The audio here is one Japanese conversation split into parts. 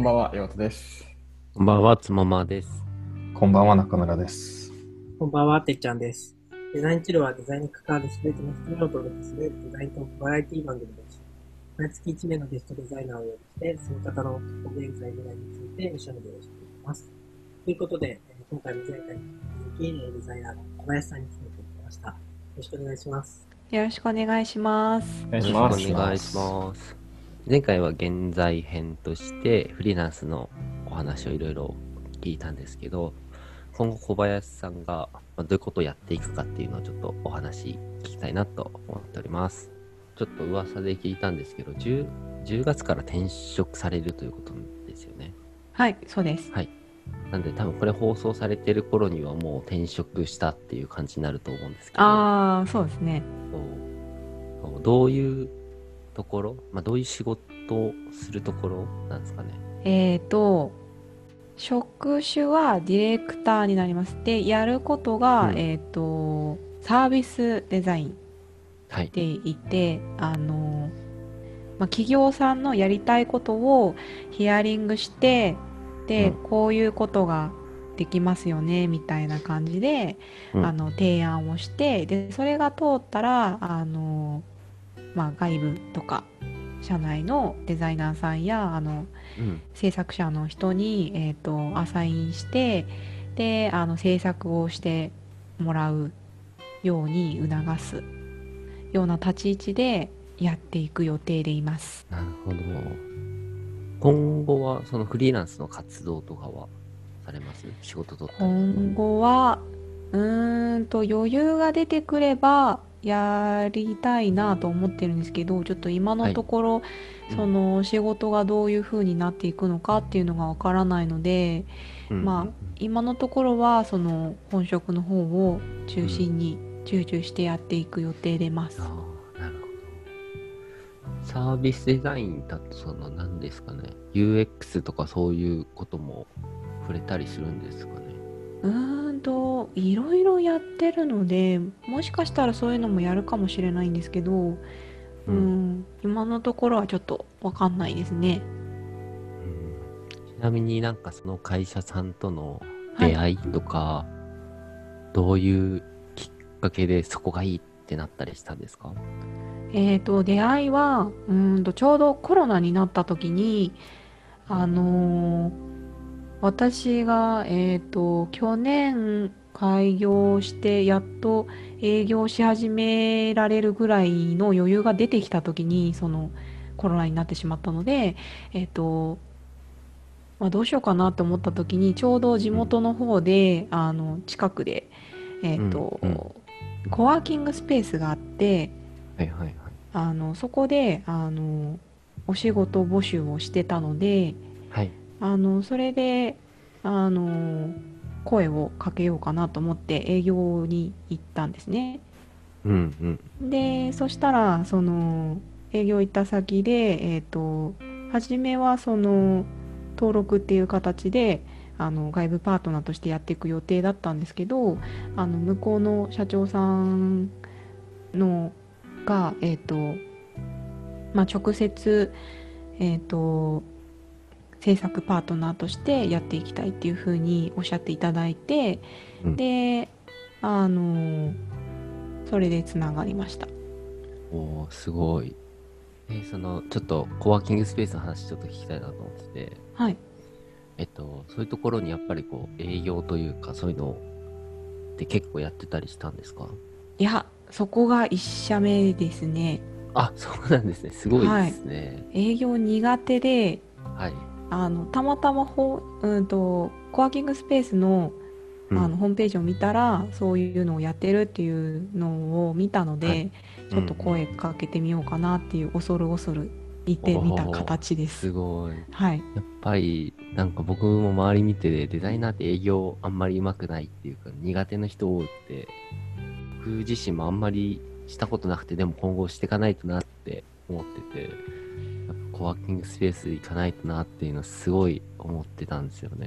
んばんは、岩田です。 こんばんは、つままです。 こんばんは、中村です。 こんばんは、てっちゃんです。デザイン治療はデザインに関わるすべての人にお届けするデザイントークバラエティ番組です。毎月1名のゲストデザイナーをお呼びして、その方の現在未来について一緒にお話していきます。ということで、今回も前回に引き続きデザイナーの小林さんに来ていただきました。よろしくお願いします。 よろしくお願いします。 お願いしよろます。 しくお願いします。前回は現在編としてフリーランスのお話をいろいろ聞いたんですけど、今後小林さんがどういうことをやっていくかっていうのをちょっとお話聞きたいなと思っております。ちょっと噂で聞いたんですけど、10月から転職されるということですよね。 はい、そうです。 はい。なんで多分これ放送されてる頃にはもう転職したっていう感じになると思うんですけど。 ああ、そうですね。 どういうところ、どういう仕事をするところなんですかね。 職種はディレクターになります。で、やることが、サービスデザインっはい。 て言って、企業さんのやりたいことをヒアリングして、で、こういうことができますよね、みたいな感じで、提案をして、で、それが通ったら、外部とか、社内のデザイナーさんや制作者の人に、アサインしてで制作をしてもらうように促すような立ち位置でやっていく予定でいます。 なるほど。今後はそのフリーランスの活動とかはされます？仕事取ったり。 今後は余裕が出てくればやりたいなと思ってるんですけど、ちょっと今のところ、その仕事がどういう風になっていくのかっていうのがわからないので、今のところはその本職の方を中心に集中してやっていく予定でます。 なるほど。サービスデザインだとその何ですかね、UX とかそういうことも触れたりするんですかね。 いろいろやってるので、もしかしたらそういうのもやるかもしれないんですけど、今のところはちょっとわかんないですね。 ちなみになんかその会社さんとの出会いとか、どういうきっかけでそこがいいってなったりしたんですか？ 出会いはちょうどコロナになった時に私が去年開業してやっと営業し始められるぐらいの余裕が出てきた時にそのコロナになってしまったので、どうしようかなと思った時にちょうど地元の方で近くでコワーキングスペースがあって、そこでお仕事募集をしてたので、それで声をかけようかなと思って営業に行ったんですね。で、そしたらその営業行った先で初めはその登録っていう形で外部パートナーとしてやっていく予定だったんですけど、向こうの社長さんのが直接制作パートナーとしてやっていきたいっていうふうにおっしゃっていただいて、でそれでつながりました。 おー、すごい。そのちょっとコワーキングスペースの話ちょっと聞きたいなと思ってて、そういうところにやっぱりこう営業というかそういうのって結構やってたりしたんですか？ いや、そこが1社目ですね。 あ、そうなんですね。すごいですね。 営業苦手で、たまたまコワーキングスペースのホームページを見たらそういうのをやってるっていうのを見たので、ちょっと声かけてみようかなっていう恐る恐る言ってみた形です。 すごい。 はい。 やっぱりなんか僕も周り見てデザイナーって営業あんまり上手くないっていうか苦手な人多くて、僕自身もあんまりしたことなくて、でも今後していかないとなって思ってて、やっぱコワーキングスペース行かないとなっていうのすごい思ってたんですよね。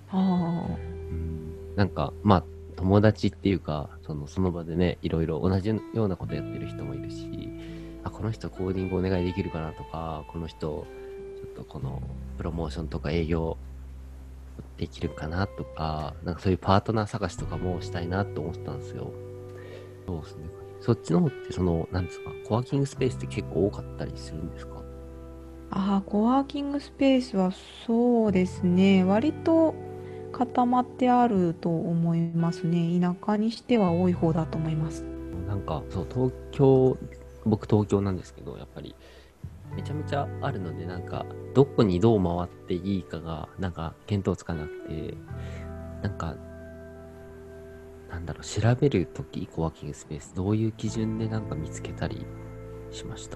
なんか友達っていうかその場でね、いろいろ同じようなことやってる人もいるし、この人コーディングお願いできるかなとか、この人ょっとこのプロモーションとか営業できるかなとか、なんかそういうパートナー探しとかもしたいなと思ったんですよ。そうですね。そっちの方ってなんですか、コワーキングスペースって結構多かったりするんですか？ コワーキングスペースはそうですね、割と固まってあると思いますね。田舎にしては多い方だと思います。 なんか、そう、僕東京なんですけど、やっぱりめちゃめちゃあるので、なんか、どこにどう回っていいかが、なんか、見当つかなくて、なんか、なんだろう、調べるとき、コワーキングスペース、どういう基準でなんか見つけたりしました？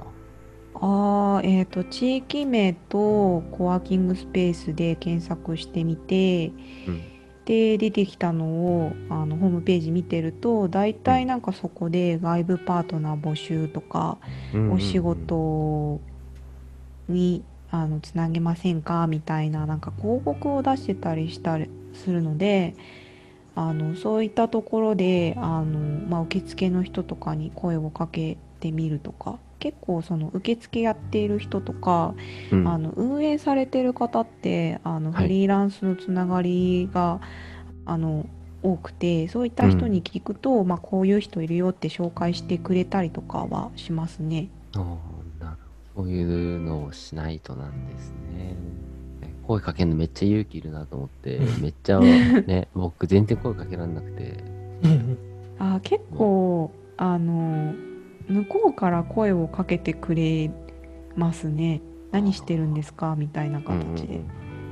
地域名とコワーキングスペースで検索してみて、 うん、 で、出てきたのをホームページ見てると、大うん、 体なんかそこで外部パートナー募集とか、 うん、うん、 お仕うん。 事につなげませんかみたいな、なんか広告を出してたりするので、そういったところで受付の人とかに声をかけてみるとか、結構その受付やっている人とか、 うん、 運営されてる方ってフはい。 リーランスのつながりがあの多くて、そういっうん。 た人に聞くと、こういう人いるよって紹介してくれたりとかはしますね。 ああ、そういうのをしないとなんですね。声かけるのめっちゃ勇気いるなと思って、めっちゃね、僕全然声かけられなくて、 結もう、 構向こうから声をかけてくれますね。何してるんあですかみたいなあ、うんうんう形で。 ん。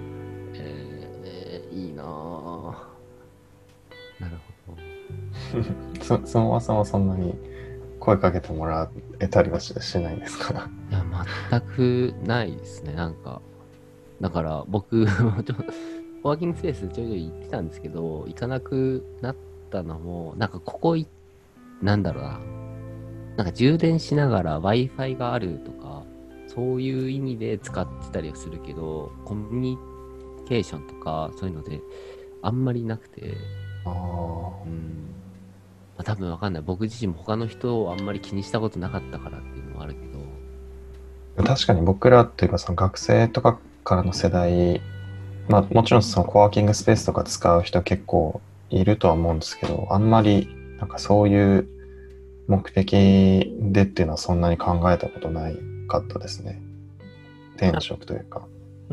いいなぁ。なるほど。 そもそもそんなに声かけてもらえたりはしないんですか？ いや、全くないですね、なんか。だから僕もコワーキングスペースちょいちょい行ってたんですけど、行かなくなったのも、なんかなんだろうな。なんか充電しながら Wi-Fi があるとか、そういう意味で使ってたりはするけど、コミュニケーションとか、そういうので、あんまりなくて、 あうん。多分わかんない。僕自身も他の人をあんまり気にしたことなかったからっていうのもあるけど、 確かに僕らっていうかその学生とかからの世代、もちろんそのコワーキングスペースとか使う人結構いるとは思うんですけど、あんまりなんかそういう目的でっていうのはそんなに考えたことないかったですね。転職というか。 うん。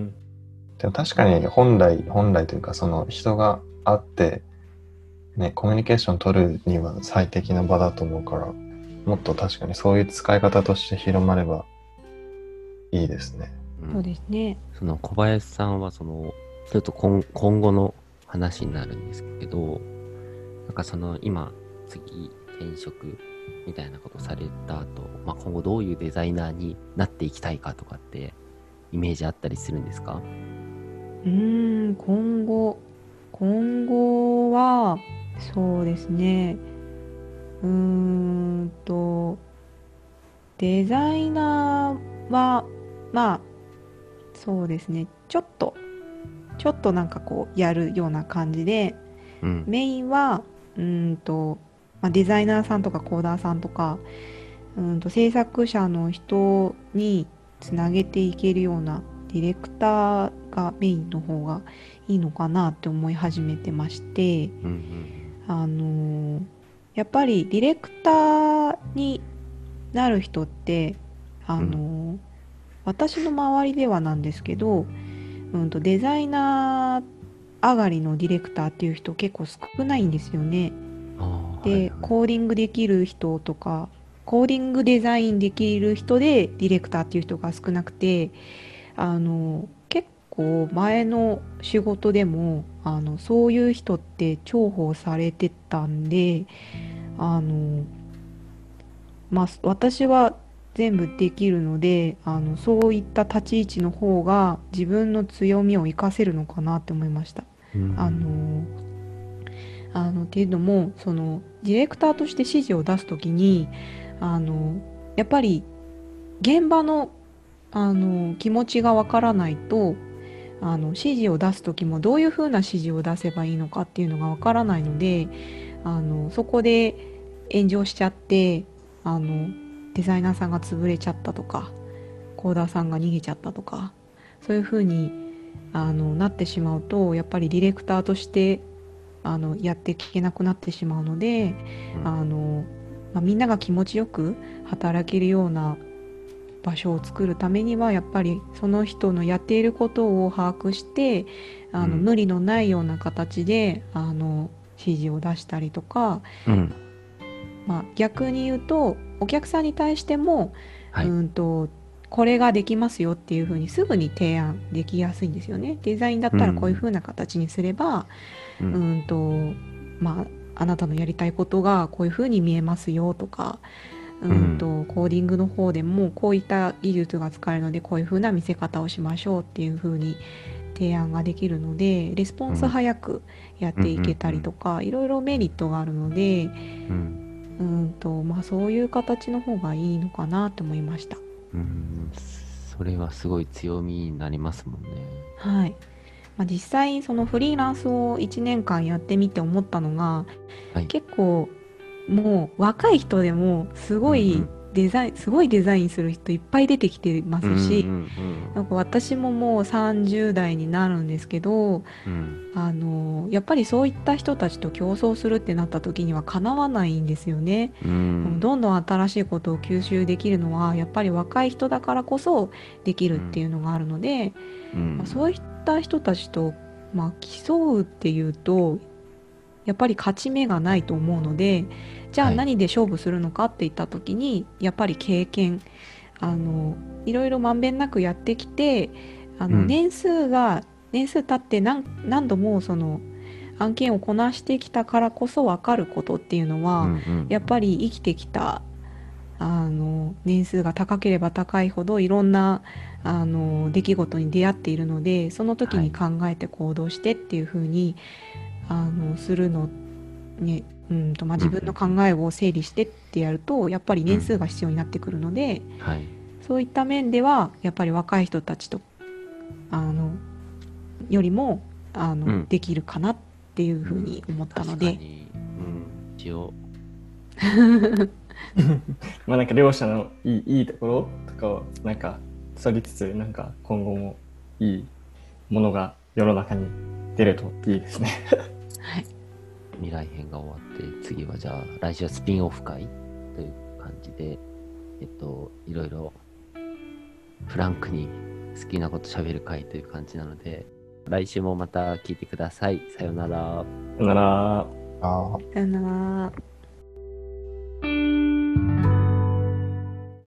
でも確かに本来というかその人が会ってね、コミュニケーション取るには最適な場だと思うから、もっと確かにそういう使い方として広まればいいですね。 そううん。 ですね。 その小林さんはちょっと今後の話になるんですけど、なんか今、次、転職みたいなことされた後、今後どういうデザイナーになっていきたいかとかって、イメージあったりするんですか？ 今後は、そうですね。うーんと、デザイナーは、まあ、そうですね。ちょっとなんかこう、やるような感じで、 うん。 メインは、うーんと、デザイナーさんとかコーダーさんとか、制作者の人につなげていけるようなディレクターがメインの方がいいのかなって思い始めてまして、 うんうんあのーやっぱりディレクターになる人って、あうん。 のー私の周りではなんですけど、デザイナー上がりのディレクターっていう人結構少ないんですよね。 ああ、はいで、 はい。 コーディングできる人とか、コーディングデザインできる人でディレクターっていう人が少なくて、結構前の仕事でも、そういう人って重宝されてたんで、あの、私は全部できるので、そういった立ち位置の方が自分の強みを活かせるのかなって思いました。 うあん。 の、っていうのも、そのディレクターとして指示を出すときに、あのやっぱり現場の気持ちがわからないと、指示を出す時もどういう風な指示を出せばいいのかっていうのがわからないので、そこで炎上しちゃって、あのデザイナーさんが潰れちゃったとか、 コーダーさんが逃げちゃったとか、そういうふうになってしまうと、やっぱりディレクターとしてやっていけなくなってしまうので、みんなが気持ちよく働けるような場所を作るためには、やっぱりその人のやっていることを把握して、無理のないような形で指示を出したりとか、逆に言うとお客さんに対しても、これができますよっていうふうにすぐに提案できやすいんですよね。デザインだったらこういうふうな形にすれば、あなたのやりたいことがこういうふうに見えますよとか、コーディングの方でもこういった技術が使えるのでこういうふうな見せ方をしましょうっていうふうに提案ができるので、レスポンス早くやっていけたりとか、いろいろメリットがあるので、そういう形の方がいいのかなと思いました。 それはすごい強みになりますもんね。 はい。実際そのフリーランスを1年間やってみて思ったのが、結構もう若い人でもすごいデザインする人いっぱい出てきてますし、なんか私ももう30代になるんですけど、やっぱりそういった人たちと競争するってなった時にはかなわないんですよね。どんどん新しいことを吸収できるのはやっぱり若い人だからこそできるっていうのがあるので、そういった人たちと、競うっていうとやっぱり勝ち目がないと思うので、じゃあ何で勝負するのかって言った時に、やっぱり経験、いろいろまんべんなくやってきて、年数経って何度もその案件をこなしてきたからこそ分かることっていうのは、やっぱり生きてきた年数が高ければ高いほどいろんな出来事に出会っているので、その時に考えて行動してっていう風にするのに、自分の考えを整理してってやるとやっぱり年数が必要になってくるので、そういった面ではやっぱり若い人たちとよりもできるかなっていうふうに思ったので、 一応なんか両者のいいところとかをなんか取りつつ、なんか今後もいいものが世の中に出るといいですね。 はい。 未来編が終わって次はじゃあ来週はスピンオフ会という感じでいろいろフランクに好きなこと喋る会という感じなので、来週もまた聞いてください。さようなら。 さよなら。 さよなら。